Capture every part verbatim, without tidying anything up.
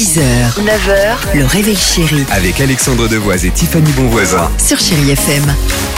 six heures, neuf heures, le réveil chéri Avec Alexandre Devoise et Tiffany Bonvoisin. sur Chéri F M.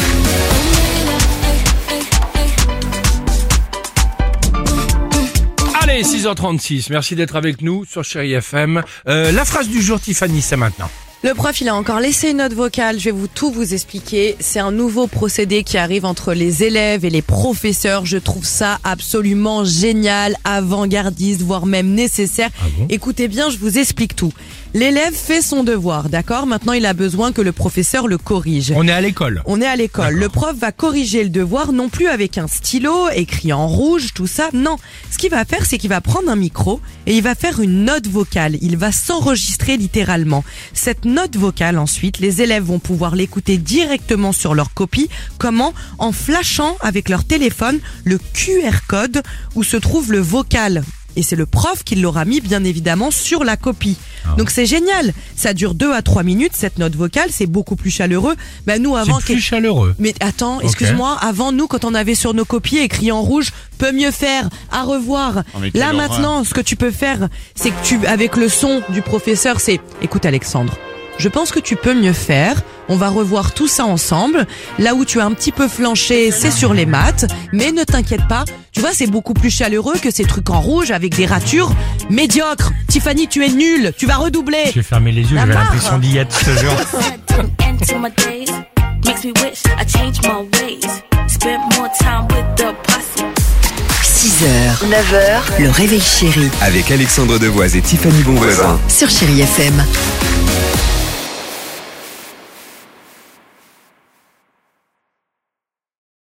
Allez, six heures trente-six, merci d'être avec nous sur Chéri F M. Euh, la phrase du jour, Tiffany, c'est maintenant. Le prof, il a encore laissé une note vocale. Je vais vous tout vous expliquer. C'est un nouveau procédé qui arrive entre les élèves et les professeurs. Je trouve ça absolument génial, avant-gardiste, voire même nécessaire. Ah bon ? Écoutez bien, je vous explique tout. L'élève fait son devoir, d'accord ? Maintenant, il a besoin que le professeur le corrige. On est à l'école. On est à l'école. Le prof va corriger le devoir non plus avec un stylo, écrit en rouge, tout ça. Non. Ce qu'il va faire, c'est qu'il va prendre un micro et il va faire une note vocale. Il va s'enregistrer littéralement. Cette note vocale, ensuite, les élèves vont pouvoir l'écouter directement sur leur copie. Comment ? En flashant avec leur téléphone le Q R code où se trouve le vocal. Et c'est le prof qui l'aura mis, bien évidemment, sur la copie. Ah. Donc c'est génial. Ça dure deux à trois minutes, cette note vocale. C'est beaucoup plus chaleureux. Bah, nous, avant... C'est plus chaleureux. Mais attends, excuse-moi, avant nous, quand on avait sur nos copies écrit en rouge, peut mieux faire, à revoir. Oh, mais quelle Là horreur. maintenant, ce que tu peux faire, c'est que tu, avec le son du professeur, c'est, écoute Alexandre, je pense que tu peux mieux faire. On va revoir tout ça ensemble. Là où tu as un petit peu flanché, c'est sur les maths. Mais ne t'inquiète pas. Tu vois, c'est beaucoup plus chaleureux que ces trucs en rouge avec des ratures médiocres. Tiffany, tu es nulle. Tu vas redoubler. J'ai fermé les yeux, La j'avais barre. l'impression d'y être, je te jure. end to my days. Makes me wish I changed my ways. Spent more time with the posse. six heures, neuf heures, le réveil chéri Avec Alexandre Devoise et Tiffany Bonvoisin. sur Chéri F M.